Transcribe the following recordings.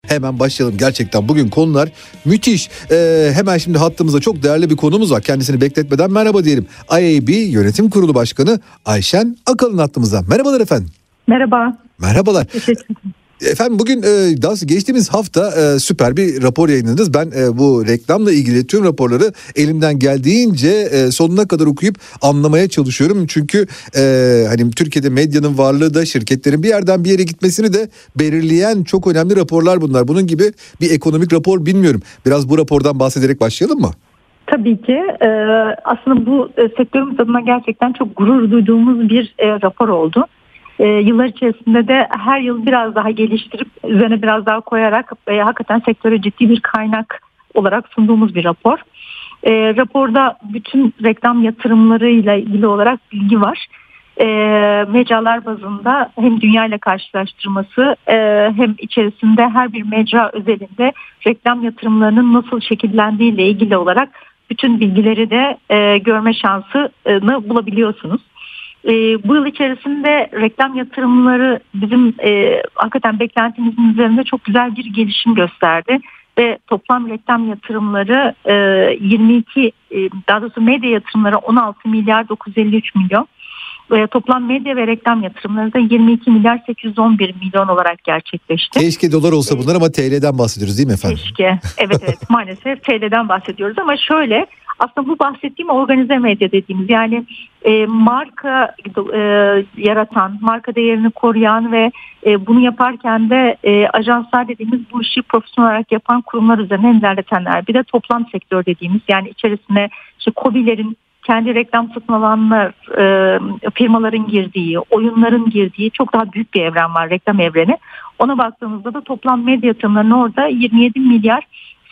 Hemen başlayalım gerçekten. Bugün konular müthiş. Hemen şimdi hattımızda çok değerli bir konumuz var. Kendisini bekletmeden merhaba diyelim. IAB Yönetim Kurulu Başkanı Ayşen Akalın hattımızda. Merhabalar efendim. Merhaba. Merhabalar. Teşekkür ederim. Efendim bugün geçtiğimiz hafta süper bir rapor yayınladınız. Ben bu reklamla ilgili tüm raporları elimden geldiğince sonuna kadar okuyup anlamaya çalışıyorum. Çünkü hani Türkiye'de medyanın varlığı da şirketlerin bir yerden bir yere gitmesini de belirleyen çok önemli raporlar bunlar. Bunun gibi bir ekonomik rapor bilmiyorum. Biraz bu rapordan bahsederek başlayalım mı? Tabii ki. Aslında bu sektörümüz adına gerçekten çok gurur duyduğumuz bir rapor oldu. Yıllar içerisinde de her yıl biraz daha geliştirip üzerine biraz daha koyarak hakikaten sektöre ciddi bir kaynak olarak sunduğumuz bir rapor. Raporda bütün reklam yatırımlarıyla ilgili olarak bilgi var. Mecralar bazında hem dünya ile karşılaştırması hem içerisinde her bir mecra özelinde reklam yatırımlarının nasıl şekillendiği ile ilgili olarak bütün bilgileri de görme şansını bulabiliyorsunuz. Bu yıl içerisinde reklam yatırımları bizim hakikaten beklentimizin üzerinde çok güzel bir gelişim gösterdi. Ve toplam reklam yatırımları 22, daha doğrusu medya yatırımları 16 milyar 953 milyon. Toplam medya ve reklam yatırımları da 22 milyar 811 milyon olarak gerçekleşti. Keşke dolar olsa bunlar ama TL'den bahsediyoruz değil mi efendim? Keşke. Evet maalesef TL'den bahsediyoruz ama şöyle aslında bu bahsettiğim organize medya dediğimiz yani marka yaratan, marka değerini koruyan ve bunu yaparken de ajanslar dediğimiz bu işi profesyonel olarak yapan kurumlar üzerine ilerletenler. Bir de toplam sektör dediğimiz yani içerisine işte KOBİ'lerin kendi reklam satın alanlar firmaların girdiği, oyunların girdiği çok daha büyük bir evren var, reklam evreni. Ona baktığımızda da toplam medya yatırımlarının orada 27 milyar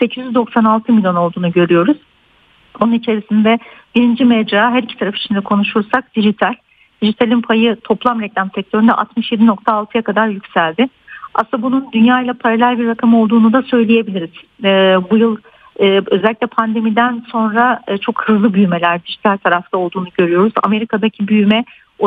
896 milyon olduğunu görüyoruz. Onun içerisinde birinci mecra her iki taraf için de konuşursak dijital. Dijitalin payı toplam reklam sektöründe 67.6'ya kadar yükseldi. Aslında bunun dünya ile paralel bir rakam olduğunu da söyleyebiliriz. Bu yıl özellikle pandemiden sonra çok hızlı büyümeler dijital tarafta olduğunu görüyoruz. Amerika'daki büyüme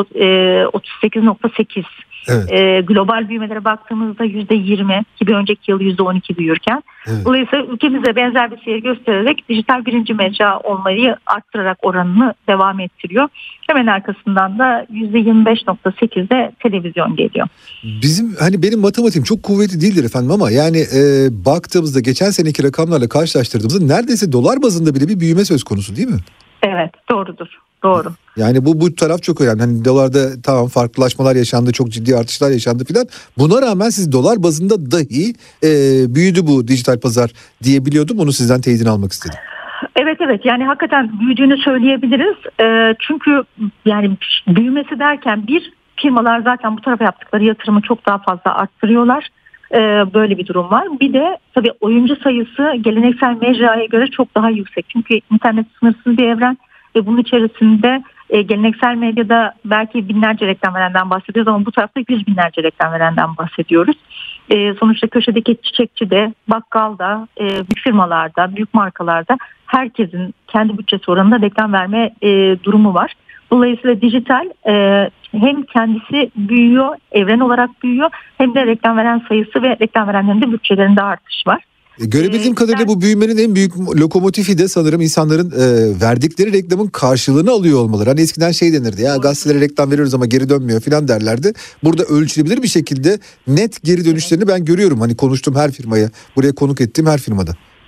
38.8. Evet. Global büyümelere baktığımızda %20 ki bir önceki yıl %12 büyürken. Evet. Dolayısıyla ülkemize benzer bir seyir göstererek dijital birinci mecra olmayı arttırarak oranını devam ettiriyor. Hemen arkasından da %25.8'de televizyon geliyor. Benim matematiğim çok kuvvetli değildir efendim ama yani baktığımızda geçen seneki rakamlarla karşılaştırdığımızda neredeyse dolar bazında bile bir büyüme söz konusu değil mi? Evet doğrudur. Doğru. Yani bu taraf çok önemli. Hani dolarda tamam farklılaşmalar yaşandı, çok ciddi artışlar yaşandı filan. Buna rağmen siz dolar bazında dahi büyüdü bu dijital pazar diyebiliyordum. Onu sizden teyidini almak istedim. Evet yani hakikaten büyüdüğünü söyleyebiliriz. Çünkü yani büyümesi derken firmalar zaten bu tarafa yaptıkları yatırımı çok daha fazla arttırıyorlar. Böyle bir durum var. Bir de tabii oyuncu sayısı geleneksel mecraya göre çok daha yüksek. Çünkü internet sınırsız bir evren. Ve bunun içerisinde geleneksel medyada belki binlerce reklam verenden bahsediyoruz ama bu tarafta yüz binlerce reklam verenden bahsediyoruz. Sonuçta köşedeki çiçekçide, bakkalda, büyük firmalarda, büyük markalarda herkesin kendi bütçesi oranında reklam verme durumu var. Dolayısıyla dijital hem kendisi büyüyor, evren olarak büyüyor hem de reklam veren sayısı ve reklam verenlerin de bütçelerinde artış var. Görebildiğim kadarıyla bu büyümenin en büyük lokomotifi de sanırım insanların verdikleri reklamın karşılığını alıyor olmaları. Hani eskiden şey denirdi ya gazetelere reklam veriyoruz ama geri dönmüyor falan derlerdi. Burada ölçülebilir bir şekilde net geri dönüşlerini ben görüyorum. Hani konuştuğum her firmaya, buraya konuk ettiğim her firmada.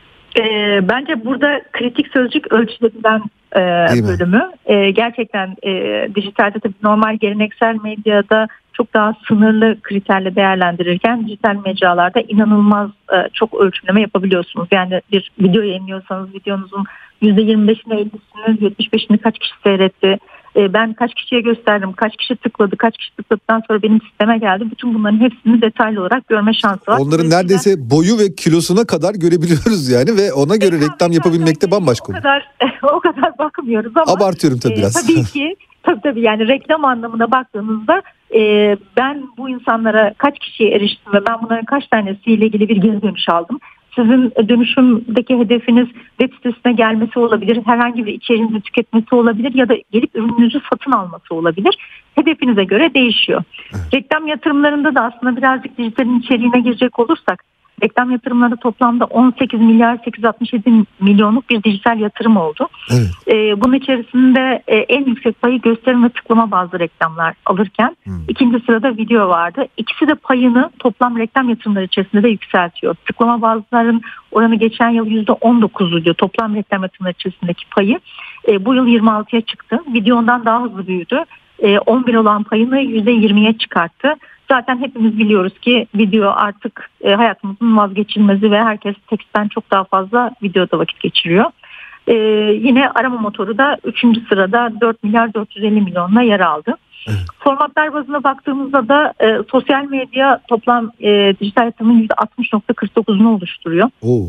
Bence burada kritik sözcük ölçülebilen bölümü. Gerçekten dijitalde tabii normal geleneksel medyada çok daha sınırlı kriterle değerlendirirken dijital mecralarda inanılmaz çok ölçümleme yapabiliyorsunuz. Yani bir video yayınlıyorsanız videonuzun %25'ini 50'sini 75'ini kaç kişi seyretti, ben kaç kişiye gösterdim, kaç kişi tıkladı, kaç kişi tıkladıktan sonra benim sisteme geldi. Bütün bunların hepsini detaylı olarak görme şansı var. Onların neredeyse boyu ve kilosuna kadar görebiliyoruz yani ve ona göre reklam yapabilmekte bambaşka. O kadar bakmıyoruz ama. Abartıyorum tabii biraz. Tabii ki. Tabii yani reklam anlamına baktığınızda ben bu insanlara kaç kişiye eriştim ve ben bunların kaç tanesiyle ilgili bir geri dönüş aldım. Sizin dönüşümdeki hedefiniz web sitesine gelmesi olabilir, herhangi bir içeriğinizi tüketmesi olabilir ya da gelip ürününüzü satın alması olabilir. Hedefinize göre değişiyor. Reklam yatırımlarında da aslında birazcık dijitalin içeriğine girecek olursak Reklam yatırımları toplamda 18 milyar 867 milyonluk bir dijital yatırım oldu. Evet. Bunun içerisinde en yüksek payı gösterim ve tıklama bazlı reklamlar alırken ikinci sırada video vardı. İkisi de payını toplam reklam yatırımları içerisinde de yükseltiyor. Tıklama bazıların oranı geçen yıl %19'uydu. Toplam reklam yatırımları içerisindeki payı bu yıl 26'ya çıktı. Videodan daha hızlı büyüdü. 11 olan payını %20'ye çıkarttı. Zaten hepimiz biliyoruz ki video artık hayatımızın vazgeçilmezi ve herkes tekstten çok daha fazla videoda vakit geçiriyor. Yine arama motoru da 3. sırada 4 milyar 450 milyonla yer aldı. Evet. Formatlar bazına baktığımızda da sosyal medya toplam dijital yatırımın %60.49'unu oluşturuyor.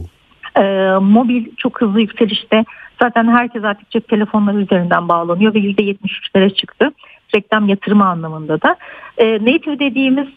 Mobil çok hızlı yükselişte. Zaten herkes artık cep telefonları üzerinden bağlanıyor ve %73'lere çıktı. Reklam yatırımı anlamında da. Native dediğimiz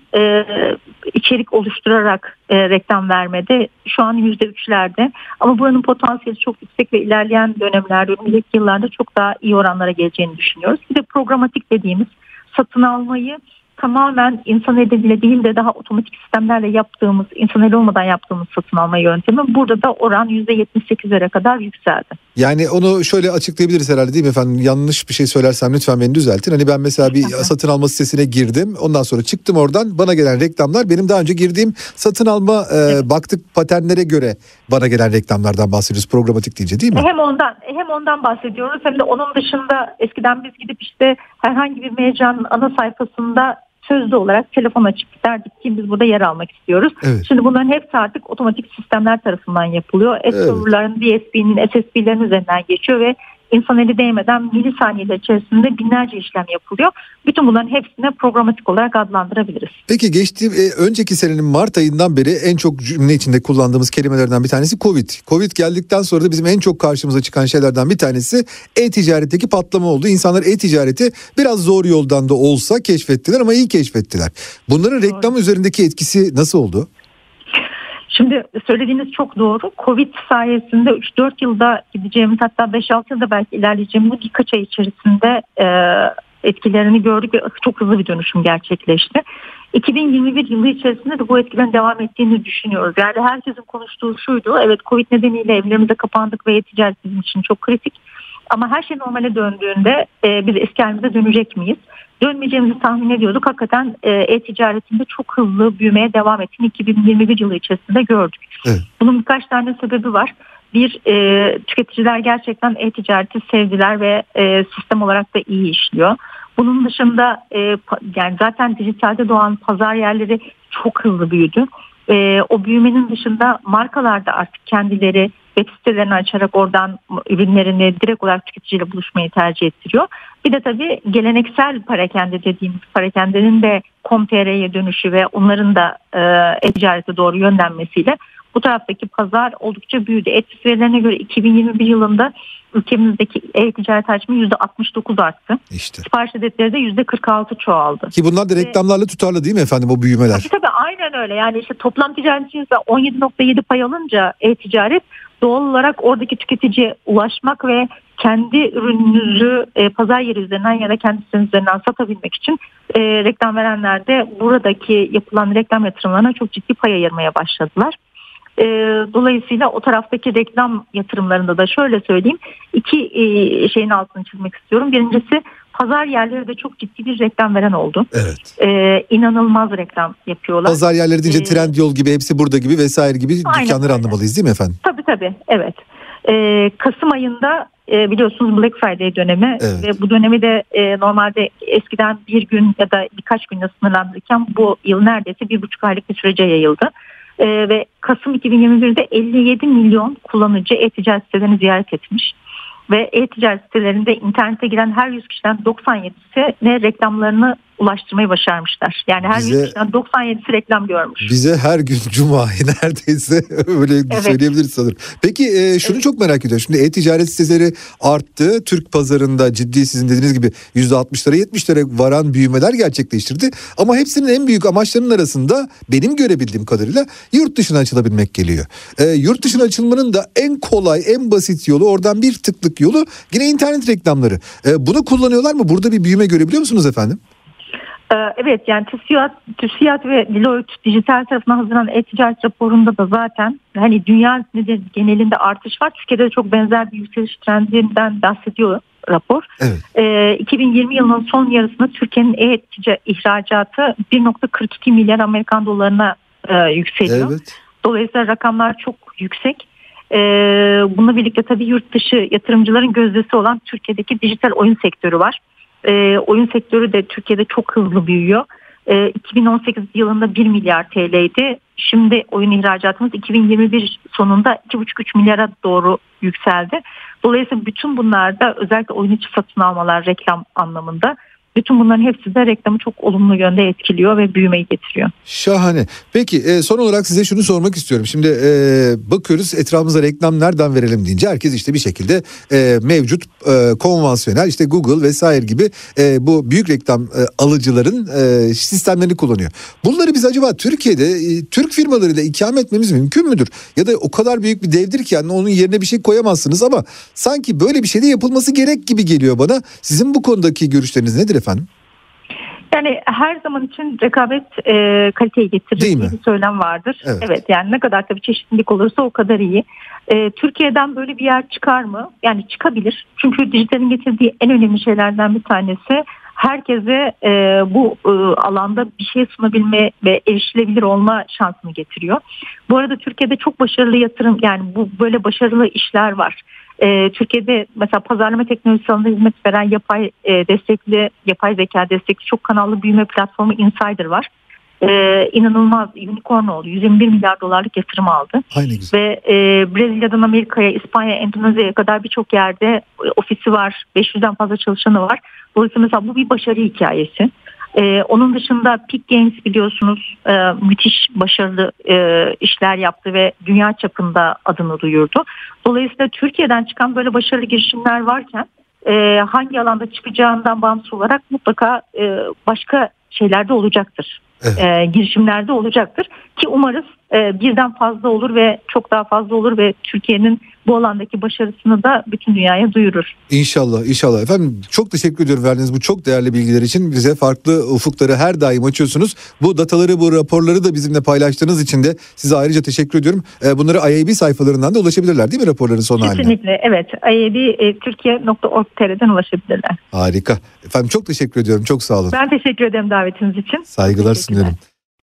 içerik oluşturarak reklam vermede şu an %3'lerde. Ama buranın potansiyeli çok yüksek ve ilerleyen dönemlerde, önümüzdeki yıllarda çok daha iyi oranlara geleceğini düşünüyoruz. Bir de programatik dediğimiz satın almayı tamamen insan eliyle değil de daha otomatik sistemlerle yaptığımız, insan eli olmadan yaptığımız satın alma yöntemi. Burada da oran %78'lere kadar yükseldi. Yani onu şöyle açıklayabiliriz herhalde değil mi efendim? Yanlış bir şey söylersem lütfen beni düzeltin. Hani ben mesela bir satın alma sitesine girdim. Ondan sonra çıktım oradan. Bana gelen reklamlar benim daha önce girdiğim satın alma baktık paternlere göre bana gelen reklamlardan bahsediyoruz. Programatik deyince değil mi? Hem ondan bahsediyoruz hem de onun dışında eskiden biz gidip işte herhangi bir mecranın ana sayfasında sözlü olarak telefon açıp derdik ki biz burada yer almak istiyoruz. Evet. Şimdi bunların hepsi artık otomatik sistemler tarafından yapılıyor. S-Server'ların, DSP'nin, SSP'lerin üzerinden geçiyor ve insan eli değmeden milisaniyeler içerisinde binlerce işlem yapılıyor. Bütün bunların hepsine programatik olarak adlandırabiliriz. Peki önceki senenin Mart ayından beri en çok cümle içinde kullandığımız kelimelerden bir tanesi Covid. Covid geldikten sonra da bizim en çok karşımıza çıkan şeylerden bir tanesi e-ticaretteki patlama oldu. İnsanlar e-ticareti biraz zor yoldan da olsa keşfettiler ama iyi keşfettiler. Bunların reklam üzerindeki etkisi nasıl oldu? Şimdi söylediğiniz çok doğru. Covid sayesinde 3-4 yılda gideceğimiz, hatta 5-6 yılda belki ilerleyeceğimiz birkaç ay içerisinde etkilerini gördük ve çok hızlı bir dönüşüm gerçekleşti. 2021 yılı içerisinde de bu etkilerin devam ettiğini düşünüyoruz. Yani herkesin konuştuğu şuydu. Evet, Covid nedeniyle evlerimize kapandık ve e-ticaret bizim için çok kritik. Ama her şey normale döndüğünde biz eski halimize dönecek miyiz? Dönmeyeceğimizi tahmin ediyorduk. Hakikaten e-ticaretinde çok hızlı büyümeye devam ettiğini 2021 yılı içerisinde gördük. Evet. Bunun birkaç tane sebebi var. Bir, tüketiciler gerçekten e-ticareti sevdiler ve sistem olarak da iyi işliyor. Bunun dışında yani zaten dijitalde doğan pazar yerleri çok hızlı büyüdü. O büyümenin dışında markalar da artık kendileri web sitelerini açarak oradan ürünlerini direkt olarak tüketiciyle buluşmayı tercih ettiriyor. Bir de tabii geleneksel parakende dediğimiz parakendenin de com.tr'ye dönüşü ve onların da e-ticarete doğru yönlenmesiyle bu taraftaki pazar oldukça büyüdü. Etkisi verilerine göre 2021 yılında ülkemizdeki e-ticaret hacmi %69 arttı. İşte. Sipariş hedefleri de %46 çoğaldı. Ki bunlar da reklamlarla tutarlı değil mi efendim o büyümeler? Tabii aynen öyle. Yani işte toplam ticaret %17.7 pay alınca e-ticaret doğal olarak oradaki tüketiciye ulaşmak ve kendi ürününüzü pazar yeri üzerinden ya da kendi siteniz üzerinden satabilmek için reklam verenler de buradaki yapılan reklam yatırımlarına çok ciddi pay ayırmaya başladılar. Dolayısıyla o taraftaki reklam yatırımlarında da şöyle söyleyeyim, iki şeyin altını çizmek istiyorum. Birincisi, pazar yerleri de çok ciddi bir reklam veren oldu. Evet. İnanılmaz reklam yapıyorlar. Pazar yerleri deyince Trendyol gibi, hepsi burada gibi vesaire gibi dükkanları anlamalıyız değil mi efendim? Tabii evet. Kasım ayında biliyorsunuz Black Friday dönemi, evet. Ve bu dönemi de normalde eskiden bir gün ya da birkaç günle sınırlandırırken bu yıl neredeyse 1,5 aylık bir sürece yayıldı. Ve Kasım 2021'de 57 milyon kullanıcı e-ticaret sitelerini ziyaret etmiş. Ve e-ticaret sitelerinde internete giren her 100 kişiden 97'sine reklamlarını ulaştırmayı başarmışlar. Yani her 100 kişiden 97'si reklam görmüş. Bize her gün cuma neredeyse öyle evet. Söyleyebiliriz sanırım. Peki şunu çok merak ediyorum. Şimdi e-ticaret siteleri arttı. Türk pazarında ciddi, sizin dediğiniz gibi %60'lara 70'lere varan büyümeler gerçekleştirdi. Ama hepsinin en büyük amaçlarının arasında benim görebildiğim kadarıyla yurt dışına açılabilmek geliyor. Yurt dışına açılmanın da en kolay, en basit yolu, oradan bir tıklık yolu yine internet reklamları. Bunu kullanıyorlar mı? Burada bir büyüme görebiliyor musunuz efendim? Evet, yani TÜSİAD ve Deloitte dijital tarafından hazırlanan e-ticaret raporunda da zaten hani dünya genelinde artış var. Türkiye'de de çok benzer bir yükseliş trendinden bahsediyor rapor. Evet. 2020 yılının son yarısında Türkiye'nin e-ticaret ihracatı 1,42 milyar Amerikan dolarına yükseliyor. Evet. Dolayısıyla rakamlar çok yüksek. Bununla birlikte tabii yurt dışı yatırımcıların gözdesi olan Türkiye'deki dijital oyun sektörü var. Oyun sektörü de Türkiye'de çok hızlı büyüyor. 2018 yılında 1 milyar TL'ydi. Şimdi oyun ihracatımız 2021 sonunda 2,5-3 milyara doğru yükseldi. Dolayısıyla bütün bunlarda özellikle oyun içi satın almalar reklam anlamında, bütün bunların hepsi de reklamı çok olumlu yönde etkiliyor ve büyümeyi getiriyor. Şahane. Peki son olarak size şunu sormak istiyorum. Şimdi bakıyoruz etrafımıza reklam nereden verelim deyince herkes işte bir şekilde mevcut konvansiyonel işte Google vesaire gibi bu büyük reklam alıcıların sistemlerini kullanıyor. Bunları biz acaba Türkiye'de Türk firmalarıyla ikame etmemiz mümkün müdür? Ya da o kadar büyük bir devdir ki yani onun yerine bir şey koyamazsınız ama sanki böyle bir şey de yapılması gerek gibi geliyor bana. Sizin bu konudaki görüşleriniz nedir efendim? Yani her zaman için rekabet kaliteyi getirir diye bir söylem vardır. Evet, yani ne kadar tabii çeşitlilik olursa o kadar iyi. Türkiye'den böyle bir yer çıkar mı? Yani çıkabilir. Çünkü dijitalin getirdiği en önemli şeylerden bir tanesi herkese bu alanda bir şey sunabilme ve erişilebilir olma şansını getiriyor. Bu arada Türkiye'de çok başarılı yatırım, yani bu böyle başarılı işler var. Türkiye'de mesela pazarlama teknolojisi alanında hizmet veren yapay zeka destekli çok kanallı büyüme platformu Insider var. İnanılmaz unicorn oldu. 121 milyar dolarlık yatırım aldı. Ve Brezilya'dan Amerika'ya, İspanya, Endonezya'ya kadar birçok yerde ofisi var. 500'den fazla çalışanı var. Dolayısıyla mesela bu bir başarı hikayesi. Onun dışında Peak Games biliyorsunuz müthiş başarılı işler yaptı ve dünya çapında adını duyurdu. Dolayısıyla Türkiye'den çıkan böyle başarılı girişimler varken hangi alanda çıkacağından bağımsız olarak mutlaka başka şeylerde olacaktır. Evet. Girişimlerde olacaktır ki umarız birden fazla olur ve çok daha fazla olur ve Türkiye'nin bu alandaki başarısını da bütün dünyaya duyurur. İnşallah, inşallah. Efendim çok teşekkür ediyorum verdiğiniz bu çok değerli bilgiler için. Bize farklı ufukları her daim açıyorsunuz. Bu dataları, bu raporları da bizimle paylaştığınız için de size ayrıca teşekkür ediyorum. Bunları IAB sayfalarından da ulaşabilirler değil mi raporların son haline? Kesinlikle, evet. iabturkiye.org.tr'den ulaşabilirler. Harika. Efendim çok teşekkür ediyorum. Çok sağ olun. Ben teşekkür ederim davetiniz için. Saygılar sunuyorum.